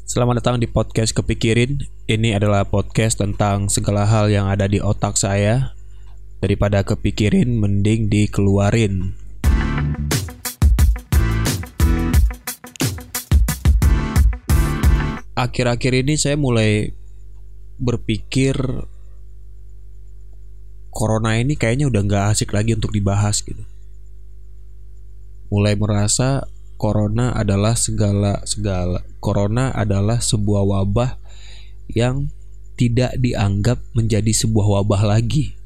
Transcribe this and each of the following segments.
Selamat datang di podcast Kepikirin. Ini adalah podcast tentang segala hal yang ada di otak saya. Daripada kepikirin, mending dikeluarin. Akhir-akhir ini saya mulai berpikir Corona ini kayaknya udah gak asik lagi untuk dibahas gitu. Mulai merasa Corona adalah segala. Corona adalah sebuah wabah yang tidak dianggap menjadi sebuah wabah lagi.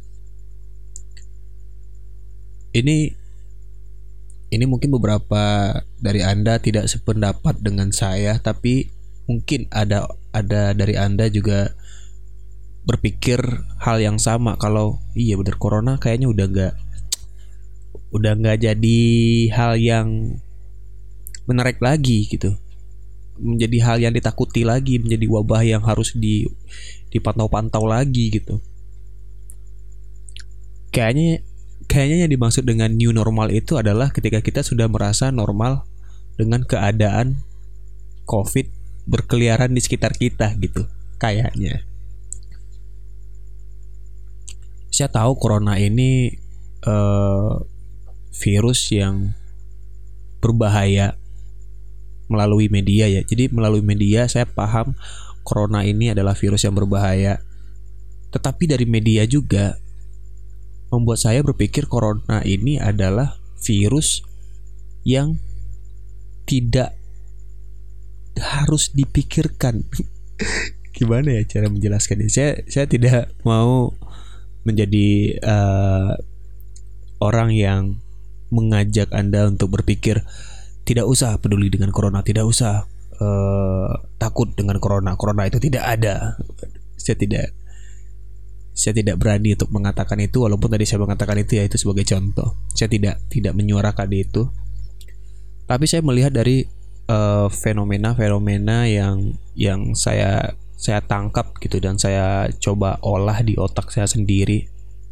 Ini mungkin beberapa dari Anda tidak sependapat dengan saya, tapi mungkin ada dari Anda juga berpikir hal yang sama, kalau iya benar Corona kayaknya udah nggak jadi hal yang menarik lagi gitu, menjadi hal yang ditakuti lagi, menjadi wabah yang harus dipantau-pantau lagi gitu. Kayaknya yang dimaksud dengan new normal itu adalah ketika kita sudah merasa normal dengan keadaan COVID berkeliaran di sekitar kita gitu. Kayaknya saya tahu Corona ini virus yang berbahaya melalui media ya. Jadi melalui media saya paham Corona ini adalah virus yang berbahaya. Tetapi dari media juga membuat saya berpikir Corona ini adalah virus yang tidak harus dipikirkan. Gimana ya cara menjelaskannya? Saya tidak mau menjadi orang yang mengajak Anda untuk berpikir tidak usah peduli dengan Corona, tidak usah takut dengan Corona. Corona itu tidak ada. Saya tidak berani untuk mengatakan itu, walaupun tadi saya mengatakan itu ya, itu sebagai contoh. Saya tidak menyuarakan itu. Tapi saya melihat dari fenomena yang saya tangkap gitu, dan saya coba olah di otak saya sendiri.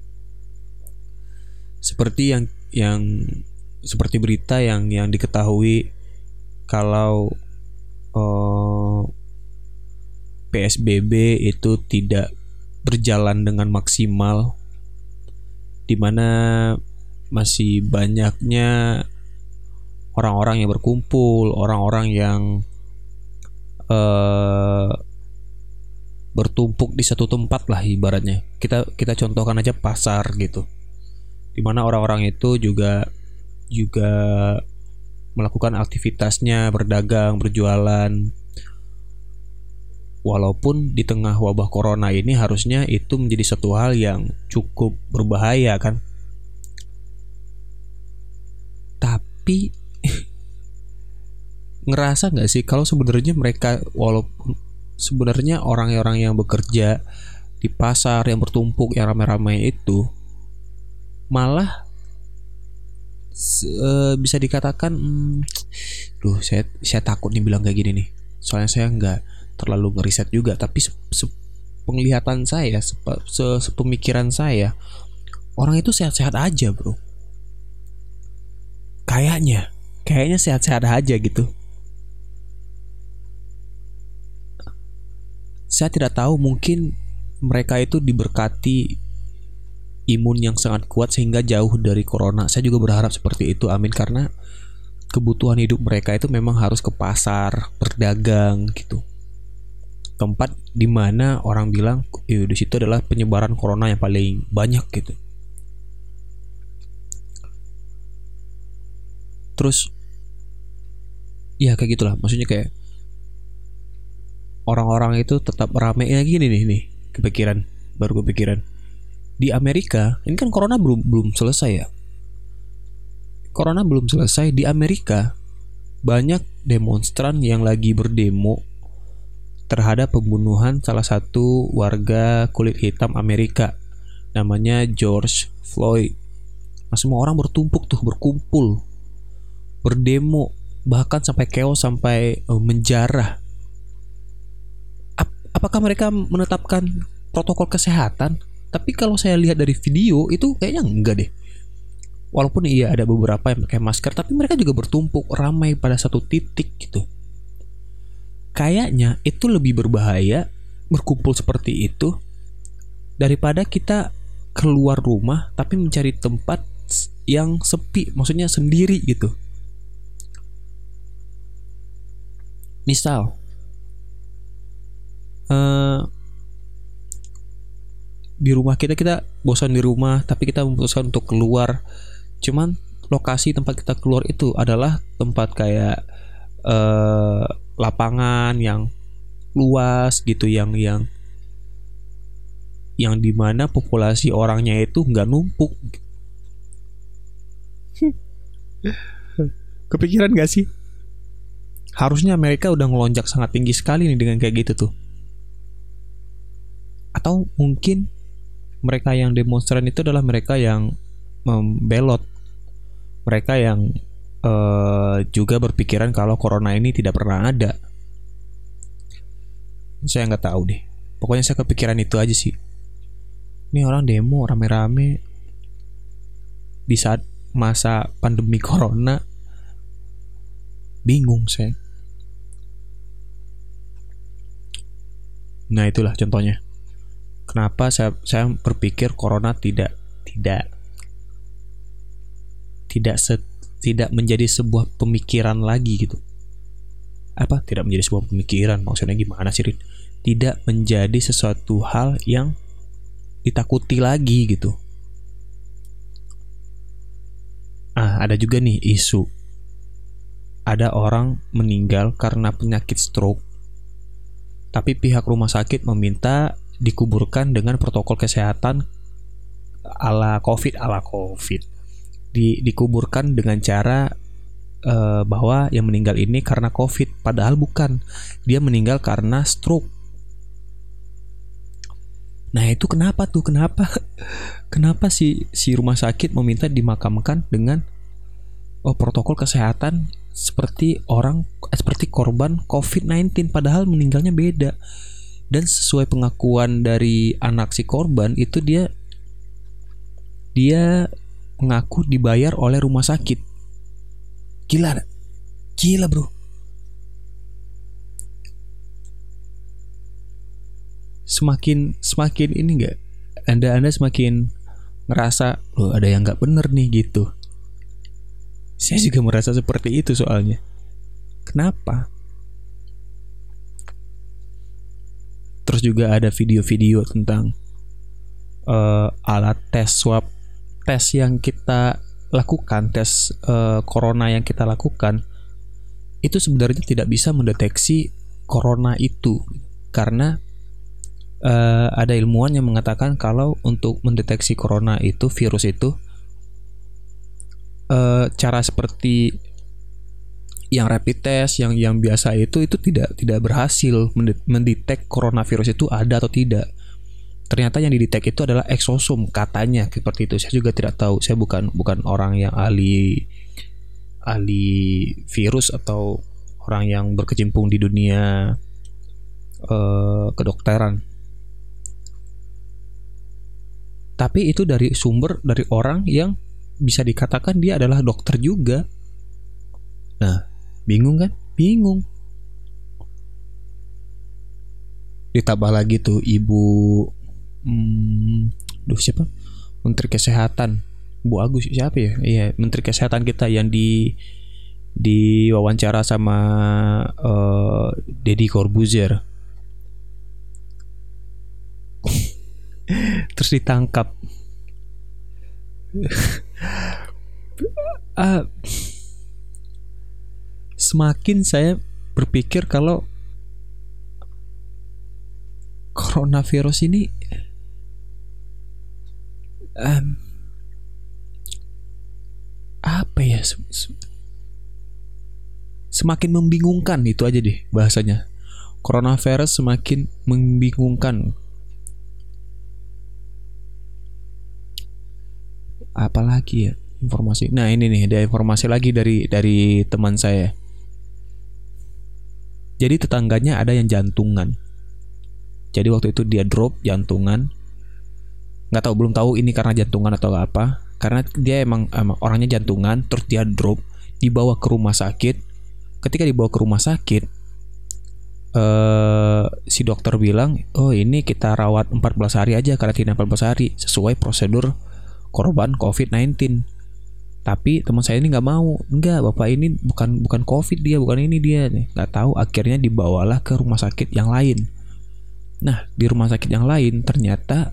Seperti seperti berita yang diketahui kalau PSBB itu tidak berjalan dengan maksimal, di mana masih banyaknya orang-orang yang berkumpul, orang-orang yang bertumpuk di satu tempat lah ibaratnya. Kita contohkan aja pasar gitu, di mana orang-orang itu juga melakukan aktivitasnya, berdagang, berjualan. Walaupun di tengah wabah Corona ini harusnya itu menjadi satu hal yang cukup berbahaya kan. Tapi ngerasa gak sih kalau sebenarnya mereka, walaupun sebenarnya orang-orang yang bekerja di pasar yang bertumpuk, yang ramai-ramai itu malah bisa dikatakan saya takut nih bilang kayak gini nih, soalnya saya nggak terlalu ngeriset juga, tapi penglihatan saya, sepemikiran saya, orang itu sehat-sehat aja bro. Kayaknya sehat-sehat aja gitu. Saya tidak tahu, mungkin mereka itu diberkati imun yang sangat kuat sehingga jauh dari Corona. Saya juga berharap seperti itu, amin, karena kebutuhan hidup mereka itu memang harus ke pasar, berdagang gitu. Tempat di mana orang bilang di situ adalah penyebaran Corona yang paling banyak gitu. Terus ya kayak gitulah, maksudnya kayak orang-orang itu tetap rame ya gini nih, baru kepikiran. Di Amerika, ini kan Corona belum selesai ya. Corona belum selesai di Amerika. Banyak demonstran yang lagi berdemo terhadap pembunuhan salah satu warga kulit hitam Amerika, namanya George Floyd. Nah, semua orang berkumpul, berdemo, bahkan sampai chaos, sampai menjarah. Apakah mereka menetapkan protokol kesehatan? Tapi kalau saya lihat dari video itu kayaknya enggak deh. Walaupun iya ada beberapa yang pakai masker, tapi mereka juga bertumpuk ramai pada satu titik gitu. kayaknya itu lebih berbahaya berkumpul seperti itu daripada kita keluar rumah tapi mencari tempat yang sepi, maksudnya sendiri gitu. Misal di rumah kita bosan di rumah tapi kita memutuskan untuk keluar, cuman lokasi tempat kita keluar itu adalah tempat kayak lapangan yang luas gitu, yang dimana populasi orangnya itu nggak numpuk. Kepikiran gak sih? Harusnya Amerika udah ngelonjak sangat tinggi sekali nih dengan kayak gitu tuh. Atau mungkin mereka yang demonstran itu adalah mereka yang membelot, mereka yang juga berpikiran kalau corona ini tidak pernah ada. Saya nggak tahu deh. Pokoknya saya kepikiran itu aja sih. Ini orang demo rame-rame di saat masa pandemi corona. Bingung saya. Nah itulah contohnya. Kenapa saya berpikir corona tidak menjadi sebuah pemikiran lagi gitu. Apa tidak menjadi sebuah pemikiran? Maksudnya gimana sih, Rin? Tidak menjadi sesuatu hal yang ditakuti lagi gitu. Ada juga nih isu. Ada orang meninggal karena penyakit stroke, tapi pihak rumah sakit meminta dikuburkan dengan protokol kesehatan ala COVID. Dikuburkan dengan cara bahwa yang meninggal ini karena COVID, padahal bukan. Dia meninggal karena stroke. Nah itu kenapa tuh? Kenapa si rumah sakit meminta dimakamkan dengan protokol kesehatan seperti korban COVID-19, padahal meninggalnya beda. Dan sesuai pengakuan dari anak si korban itu dia mengaku dibayar oleh rumah sakit. Gila bro. Semakin ini nggak, anda semakin ngerasa loh ada yang nggak bener nih gitu. Saya juga merasa seperti itu soalnya. Kenapa? Terus juga ada video-video tentang alat tes swab, tes yang kita lakukan, tes corona yang kita lakukan itu sebenarnya tidak bisa mendeteksi corona itu, karena ada ilmuwan yang mengatakan kalau untuk mendeteksi corona itu, virus itu, cara seperti yang rapid test yang biasa itu tidak berhasil mendetek coronavirus itu ada atau tidak. Ternyata yang didetek itu adalah eksosom, katanya seperti itu. Saya juga tidak tahu. Saya bukan orang yang ahli virus atau orang yang berkecimpung di dunia kedokteran. Tapi itu dari sumber dari orang yang bisa dikatakan dia adalah dokter juga. Nah, bingung kan? Bingung. Ditambah lagi tuh siapa? Menteri Kesehatan. Bu Agus siapa ya? Iya, Menteri Kesehatan kita yang di wawancara sama Deddy Corbuzier. Terus ditangkap. Semakin saya berpikir kalau coronavirus ini apa ya, semakin membingungkan, itu aja deh bahasanya. Coronavirus semakin membingungkan. Apalagi ya informasi. Nah ini nih, ada informasi lagi dari teman saya. Jadi tetangganya ada yang jantungan. Jadi waktu itu dia drop jantungan. Belum tahu ini karena jantungan atau apa. Karena dia emang orangnya jantungan, terus dia drop, dibawa ke rumah sakit. Ketika dibawa ke rumah sakit, si dokter bilang, oh ini kita rawat 14 hari aja, karantina 14 hari sesuai prosedur korban COVID-19. Tapi teman saya ini nggak mau, nggak, bapak ini bukan COVID, dia bukan ini, dia nggak tahu. Akhirnya dibawalah ke rumah sakit yang lain. Nah, di rumah sakit yang lain ternyata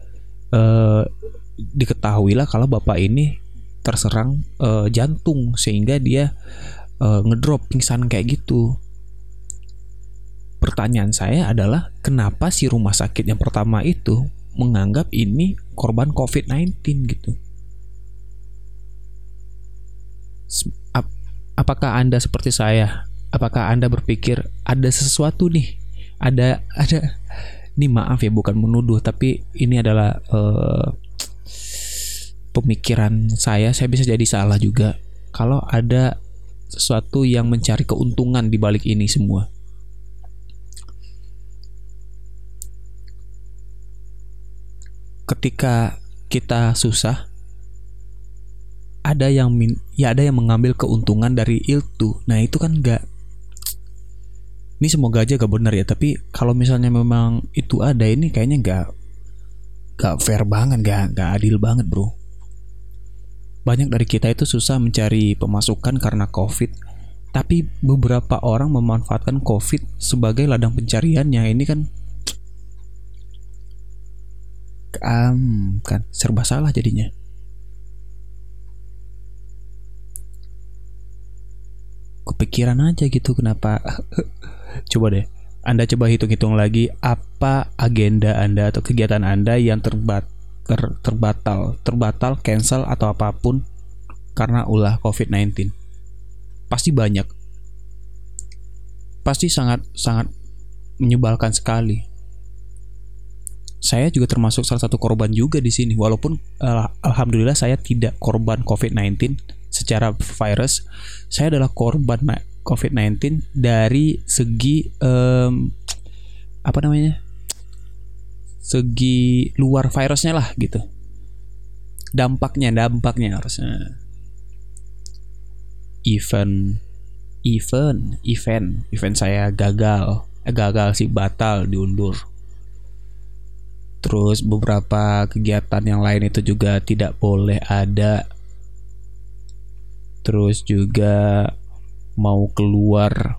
diketahuilah kalau bapak ini terserang jantung, sehingga dia ngedrop, pingsan kayak gitu. Pertanyaan saya adalah, kenapa si rumah sakit yang pertama itu menganggap ini korban COVID-19 gitu? Apakah Anda seperti saya? Apakah Anda berpikir ada sesuatu nih? Ada ini, maaf ya, bukan menuduh, tapi ini adalah pemikiran saya bisa jadi salah juga. Kalau ada sesuatu yang mencari keuntungan di balik ini semua. Ketika kita susah, ada yang mengambil keuntungan dari itu. Nah, itu kan enggak. Ini semoga aja gak benar ya, tapi kalau misalnya memang itu ada, ini kayaknya enggak fair banget, enggak adil banget, bro. Banyak dari kita itu susah mencari pemasukan karena COVID, tapi beberapa orang memanfaatkan COVID sebagai ladang pencariannya. Ini kan serba salah jadinya. Kepikiran aja gitu, kenapa. Coba deh, Anda coba hitung-hitung lagi, apa agenda Anda atau kegiatan Anda yang terbatal, cancel atau apapun karena ulah COVID-19. Pasti banyak. Pasti sangat menyebalkan sekali. Saya juga termasuk salah satu korban juga di sini, walaupun alhamdulillah saya tidak korban COVID-19 secara virus. Saya adalah korban COVID-19 dari segi segi luar virusnya lah gitu. Dampaknya harusnya. Event saya gagal sih, batal, diundur. Terus beberapa kegiatan yang lain itu juga tidak boleh ada. Terus juga mau keluar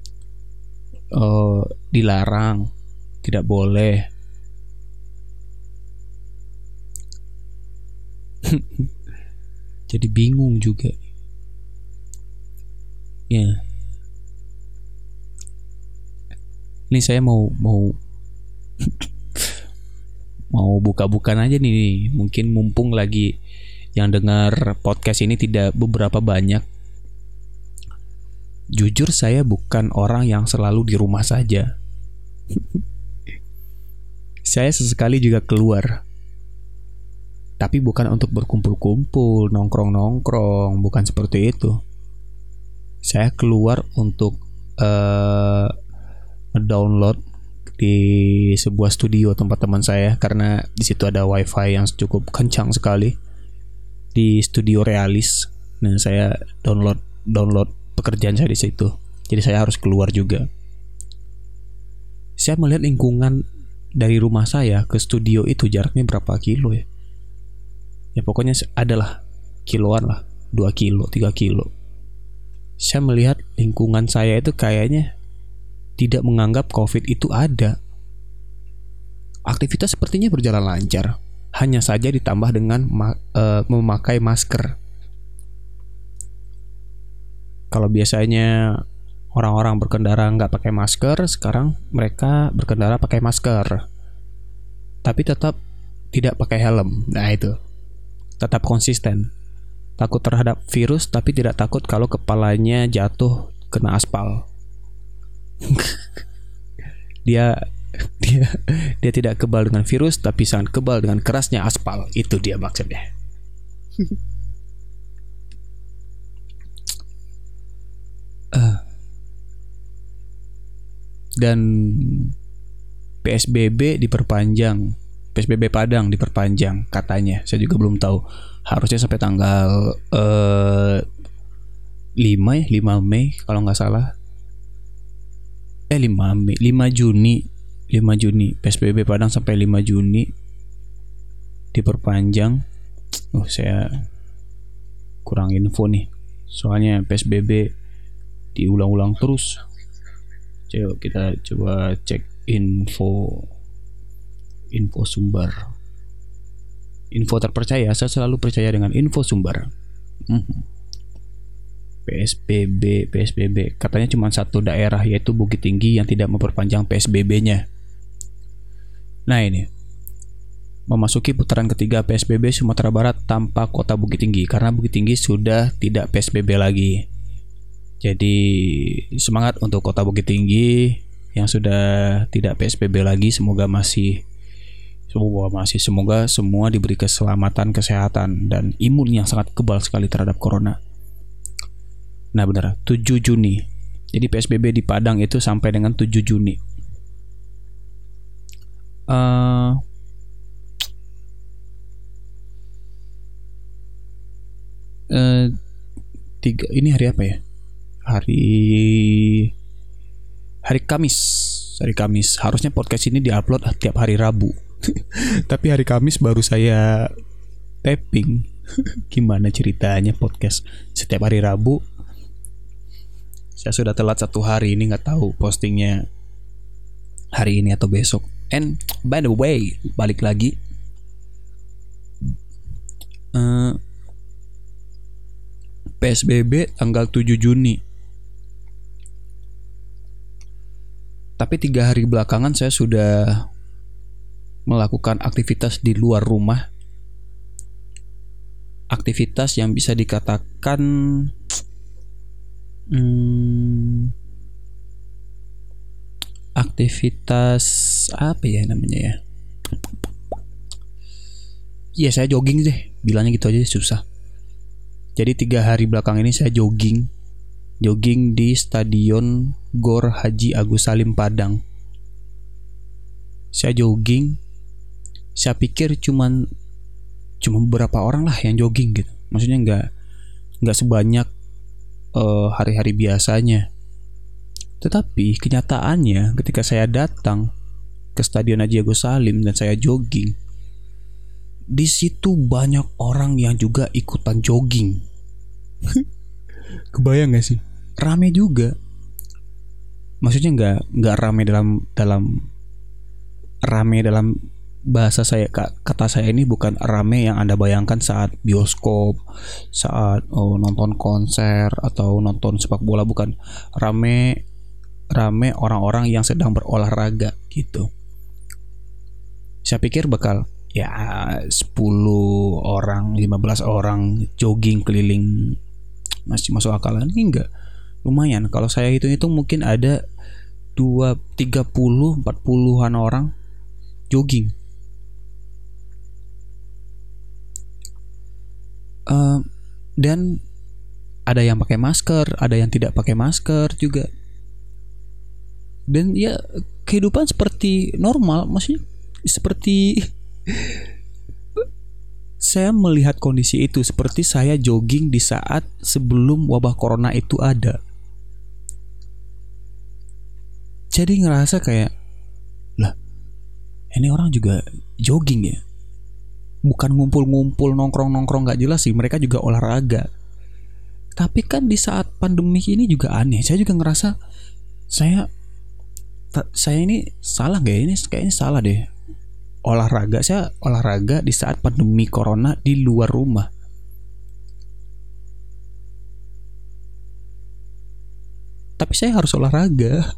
dilarang, tidak boleh. Jadi bingung juga. Ya. Ini saya mau mau buka-bukaan aja nih. Mungkin mumpung lagi yang dengar podcast ini tidak beberapa banyak. Jujur saya bukan orang yang selalu di rumah saja. Saya sesekali juga keluar. Tapi bukan untuk berkumpul-kumpul, nongkrong-nongkrong, bukan seperti itu. Saya keluar untuk download di sebuah studio tempat teman saya, karena di situ ada wifi yang cukup kencang sekali di studio Realis. Nah, saya download pekerjaan saya di situ. Jadi saya harus keluar juga. Saya melihat lingkungan dari rumah saya ke studio itu jaraknya berapa kilo ya? Ya pokoknya adalah kiloan lah, 2 kilo, 3 kilo. Saya melihat lingkungan saya itu kayaknya tidak menganggap COVID itu ada. Aktivitas sepertinya berjalan lancar, hanya saja ditambah dengan memakai masker. Kalau biasanya orang-orang berkendara nggak pakai masker, sekarang mereka berkendara pakai masker, tapi tetap tidak pakai helm. Nah itu, tetap konsisten. Takut terhadap virus, tapi tidak takut kalau kepalanya jatuh kena aspal. dia tidak kebal dengan virus, tapi sangat kebal dengan kerasnya aspal. Itu dia maksudnya. Dan PSBB diperpanjang, PSBB Padang diperpanjang katanya. Saya juga belum tahu. Harusnya sampai tanggal 5 Mei kalau nggak salah. 5 Mei, 5 Juni. 5 Juni PSBB Padang sampai 5 Juni diperpanjang. Saya kurang info nih. Soalnya PSBB diulang-ulang terus. Coba kita coba cek info sumber. Info terpercaya, saya selalu percaya dengan info sumber. PSBB katanya cuma satu daerah, yaitu Bukit Tinggi, yang tidak memperpanjang PSBB-nya. Nah ini, memasuki putaran ketiga PSBB Sumatera Barat tanpa kota Bukit Tinggi, karena Bukit Tinggi sudah tidak PSBB lagi. Jadi semangat untuk kota Bukit Tinggi yang sudah tidak PSBB lagi. Semoga semua diberi keselamatan, kesehatan, dan imun yang sangat kebal sekali terhadap corona. Nah benar, 7 Juni. Jadi PSBB di Padang itu sampai dengan 7 Juni. Ini hari apa ya? Hari Kamis. Harusnya podcast ini diupload tiap hari Rabu. Tapi hari Kamis baru saya taping. Gimana ceritanya podcast setiap hari Rabu? Saya sudah telat 1 hari ini, nggak tahu postingnya hari ini atau besok. And by the way, balik lagi, PSBB tanggal 7 Juni. Tapi 3 hari belakangan saya sudah melakukan aktivitas di luar rumah. Aktivitas yang bisa dikatakan aktivitas apa ya namanya ya? Iya, saya jogging deh, bilangnya gitu aja susah. Jadi 3 hari belakang ini saya jogging di Stadion Gor Haji Agus Salim Padang. Saya jogging, saya pikir cuma beberapa orang lah yang jogging gitu. Maksudnya nggak sebanyak hari-hari biasanya. Tetapi kenyataannya ketika saya datang ke Stadion Haji Agus Salim dan saya jogging, di situ banyak orang yang juga ikutan jogging. Kebayang gak sih? Rame juga. Maksudnya nggak rame dalam bahasa saya, kata saya ini bukan rame yang Anda bayangkan saat bioskop, saat nonton konser atau nonton sepak bola, bukan. Rame orang-orang yang sedang berolahraga gitu. Saya pikir bakal ya 10 orang, 15 orang jogging keliling, masih masuk akal. Ini enggak, lumayan. Kalau saya hitung-hitung mungkin ada 30-40an orang jogging. Dan ada yang pakai masker, ada yang tidak pakai masker juga. Dan ya kehidupan seperti normal, maksudnya seperti saya melihat kondisi itu seperti saya jogging di saat sebelum wabah corona itu ada. Jadi ngerasa kayak, lah, ini orang juga jogging ya. Bukan ngumpul-ngumpul, nongkrong-nongkrong gak jelas sih, mereka juga olahraga. Tapi kan di saat pandemi ini juga aneh. Saya juga ngerasa saya ini salah gak ya? Ini kayaknya salah deh. Saya olahraga di saat pandemi corona di luar rumah. Tapi saya harus olahraga.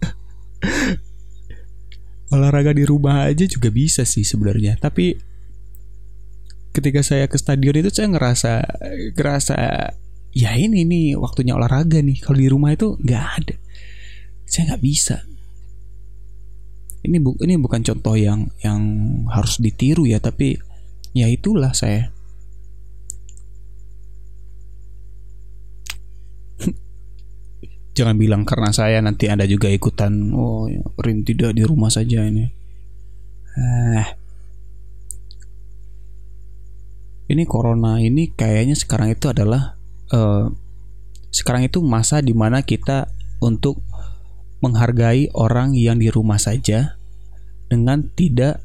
Olahraga di rumah aja juga bisa sih sebenarnya. Tapi ketika saya ke stadion itu saya ngerasa ya ini nih waktunya olahraga nih. Kalau di rumah itu nggak ada. Saya nggak bisa. Ini bukan contoh yang harus ditiru ya, tapi ya itulah saya. Jangan bilang karena saya nanti Anda juga ikutan. Oh, Rin tidak di rumah saja ini. Ini corona ini kayaknya sekarang itu adalah sekarang itu masa dimana kita untuk menghargai orang yang di rumah saja dengan tidak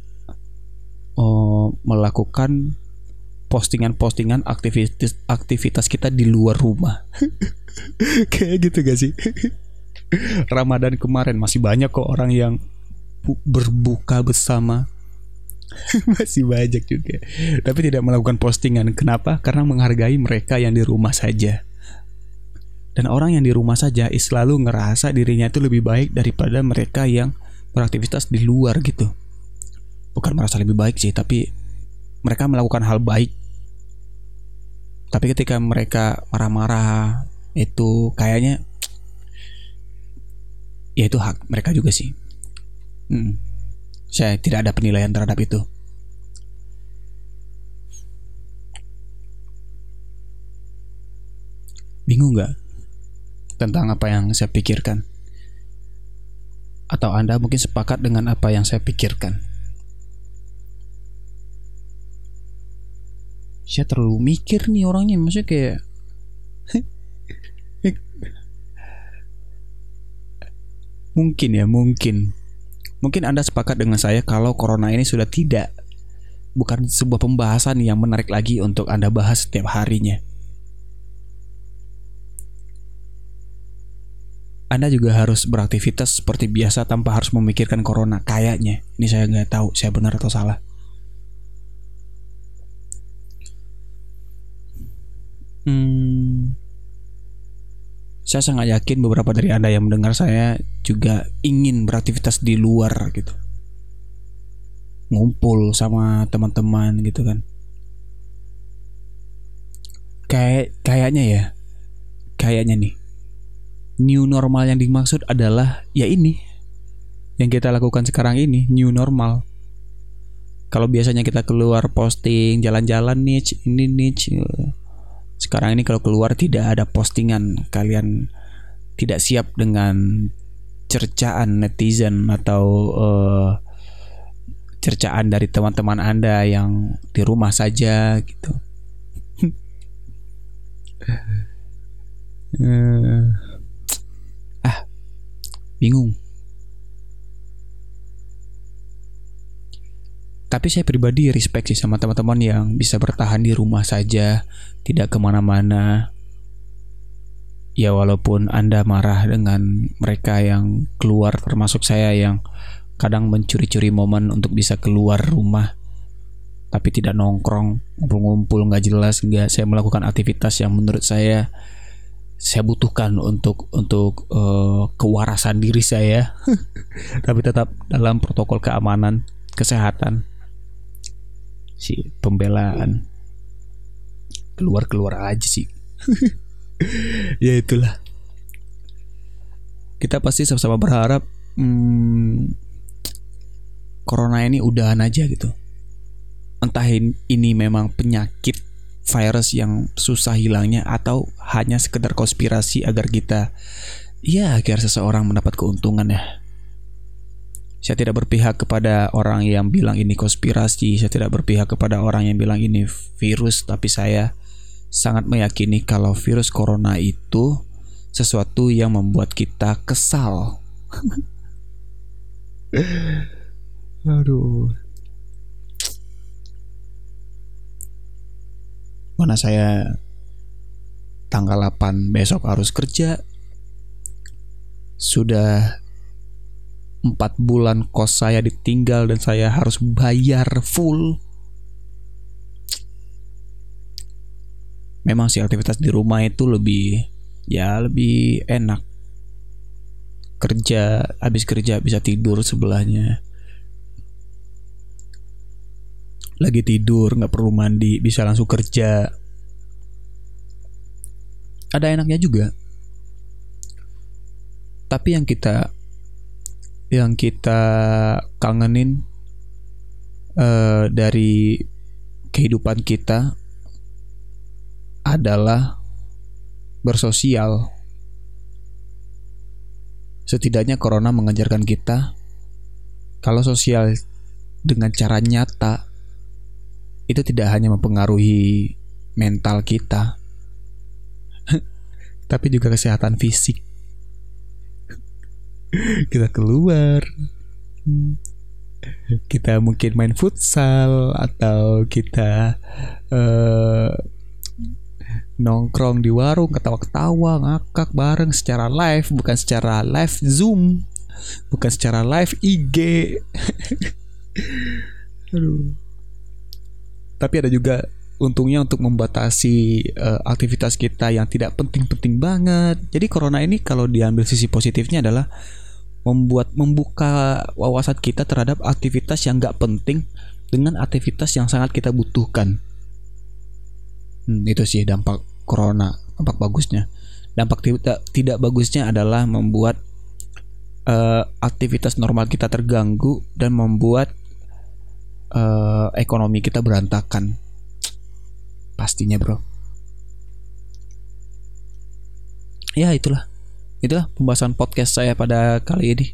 melakukan postingan-postingan aktivitas kita di luar rumah. Kayak gitu gak sih? Ramadan kemarin masih banyak kok orang yang berbuka bersama. Masih banyak juga. Tapi tidak melakukan postingan. Kenapa? Karena menghargai mereka yang di rumah saja. Dan orang yang di rumah saja selalu ngerasa dirinya itu lebih baik daripada mereka yang beraktivitas di luar gitu. Bukan merasa lebih baik sih, tapi mereka melakukan hal baik. Tapi ketika mereka marah-marah, itu kayaknya ya itu hak mereka juga sih. Saya tidak ada penilaian terhadap itu. Bingung gak tentang apa yang saya pikirkan? Atau Anda mungkin sepakat dengan apa yang saya pikirkan? Saya terlalu mikir nih orangnya. Maksudnya kayak Mungkin Anda sepakat dengan saya kalau corona ini sudah bukan sebuah pembahasan yang menarik lagi untuk Anda bahas setiap harinya. Anda juga harus beraktivitas seperti biasa tanpa harus memikirkan corona. Kayaknya, ini saya nggak tahu saya benar atau salah. Saya sangat yakin beberapa dari Anda yang mendengar saya juga ingin beraktivitas di luar gitu, ngumpul sama teman-teman gitu kan. Kayaknya nih new normal yang dimaksud adalah ya ini yang kita lakukan sekarang ini, new normal. Kalau biasanya kita keluar posting jalan-jalan nih, ini nih, sekarang ini kalau keluar tidak ada postingan, kalian tidak siap dengan cercaan netizen atau cercaan dari teman-teman Anda yang di rumah saja gitu. Bingung. Tapi saya pribadi respect sih sama teman-teman yang bisa bertahan di rumah saja, tidak kemana-mana. Ya walaupun Anda marah dengan mereka yang keluar, termasuk saya yang kadang mencuri-curi momen untuk bisa keluar rumah, tapi tidak nongkrong, ngumpul-ngumpul nggak jelas, nggak saya melakukan aktivitas yang menurut saya butuhkan untuk kewarasan diri saya, tapi tetap dalam protokol keamanan, kesehatan. Si pembelaan keluar aja sih. Ya itulah, kita pasti sama-sama berharap corona ini udahan aja gitu. Entah ini memang penyakit virus yang susah hilangnya atau hanya sekedar konspirasi agar seseorang mendapat keuntungan ya. Saya tidak berpihak kepada orang yang bilang ini konspirasi, saya tidak berpihak kepada orang yang bilang ini virus, tapi saya sangat meyakini kalau virus corona itu sesuatu yang membuat kita kesal. Aduh. Mana saya tanggal 8 besok harus kerja. Sudah 4 bulan kos saya ditinggal dan saya harus bayar full. Memang sih aktivitas di rumah itu lebih enak. Habis kerja bisa tidur sebelahnya. Lagi tidur nggak perlu mandi, bisa langsung kerja. Ada enaknya juga. Tapi yang kita kangenin dari kehidupan kita adalah bersosial. Setidaknya corona mengajarkan kita kalau sosial dengan cara nyata itu tidak hanya mempengaruhi mental kita, tapi juga kesehatan fisik. Kita keluar, kita mungkin main futsal atau kita nongkrong di warung, ketawa-ketawa, ngakak bareng secara live, bukan secara live Zoom, bukan secara live IG. Aduh. Tapi ada juga untungnya untuk membatasi aktivitas kita yang tidak penting-penting banget. Jadi corona ini kalau diambil sisi positifnya adalah membuka wawasan kita terhadap aktivitas yang nggak penting dengan aktivitas yang sangat kita butuhkan. Itu sih dampak corona, dampak bagusnya. Dampak tidak bagusnya adalah membuat aktivitas normal kita terganggu dan membuat ekonomi kita berantakan. Pastinya bro. Ya itulah pembahasan podcast saya pada kali ini.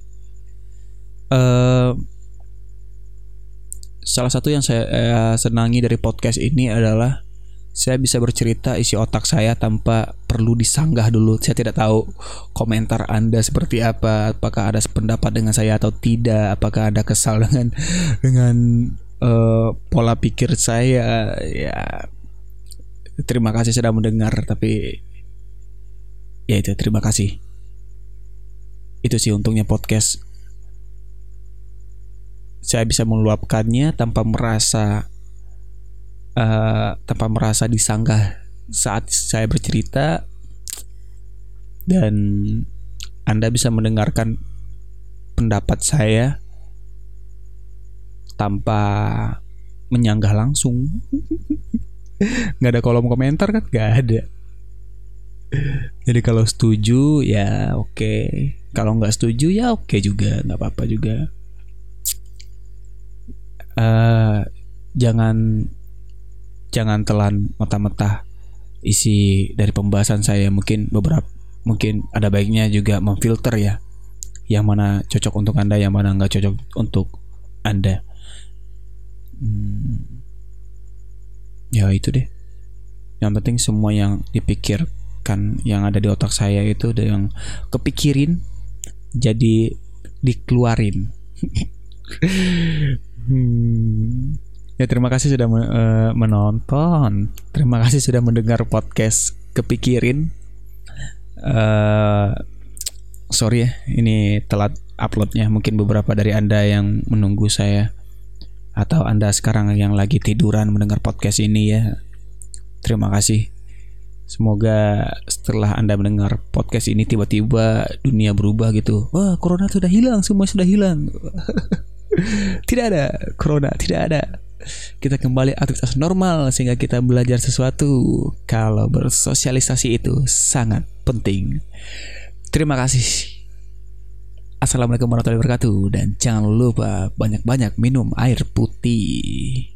Salah satu yang saya senangi dari podcast ini adalah saya bisa bercerita isi otak saya tanpa perlu disanggah dulu. Saya tidak tahu komentar Anda seperti apa, apakah ada sependapat dengan saya atau tidak, apakah Anda kesal dengan pola pikir saya. Ya, terima kasih sudah mendengar, tapi ya itu, terima kasih. Itu sih untungnya podcast. Saya bisa meluapkannya tanpa merasa disanggah saat saya bercerita, dan Anda bisa mendengarkan pendapat saya tanpa menyanggah langsung. Nggak ada kolom komentar kan? Nggak ada. Jadi kalau setuju ya oke, kalau nggak setuju ya oke juga, nggak apa-apa juga. Jangan telan mentah-mentah isi dari pembahasan saya. Mungkin ada baiknya juga memfilter ya, yang mana cocok untuk Anda, yang mana nggak cocok untuk Anda. Ya itu deh. Yang penting semua yang dipikirkan, yang ada di otak saya itu udah yang kepikirin, jadi dikeluarin. Ya terima kasih sudah menonton. Terima kasih sudah mendengar podcast Kepikirin. Sorry ya, ini telat uploadnya. Mungkin beberapa dari Anda yang menunggu saya, atau Anda sekarang yang lagi tiduran mendengar podcast ini ya, terima kasih. Semoga setelah Anda mendengar podcast ini tiba-tiba dunia berubah gitu. Wah, corona sudah hilang, semua sudah hilang. Tidak ada corona, tidak ada. Kita kembali aktivitas normal sehingga kita belajar sesuatu. Kalau bersosialisasi itu sangat penting. Terima kasih. Assalamualaikum warahmatullahi wabarakatuh. Dan jangan lupa banyak-banyak minum air putih.